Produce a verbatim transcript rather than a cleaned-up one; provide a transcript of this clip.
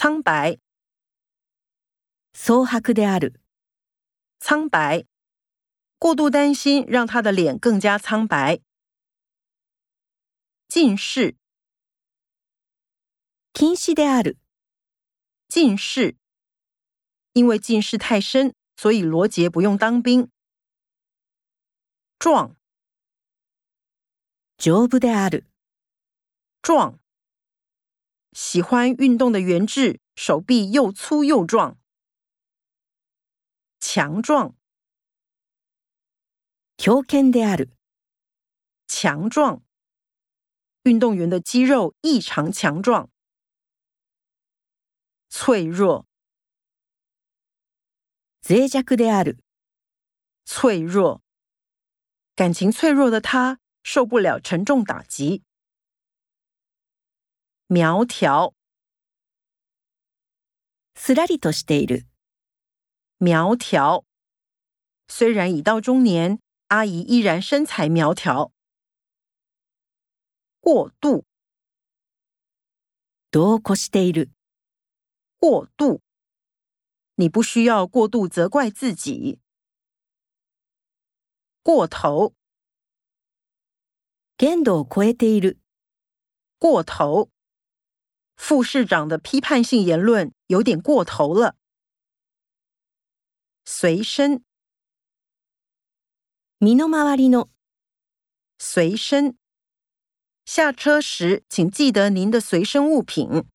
苍白。 蒼白である。 苍白。过度担心让他的脸更加苍白。近视。 近視である。 近视。因为近视太深，所以罗杰不用当兵。壮。 丈夫である。 壮。喜欢运动的元志，手臂又粗又壮。强壮。 強健である。 强壮。运动员的肌肉异常强壮。脆弱。 脆弱である。 脆弱。感情脆弱的他受不了沉重打击。苗条。 すらりとしている。 苗条。虽然已到中年，阿姨依然身材苗条。过度。 度を越している。 过度。你不需要过度责怪自己。过头。 限度を超えている。 过头。副市长的批判性言论有点过头了。随身。 身の回りの。 随身。下车时请记得您的随身物品。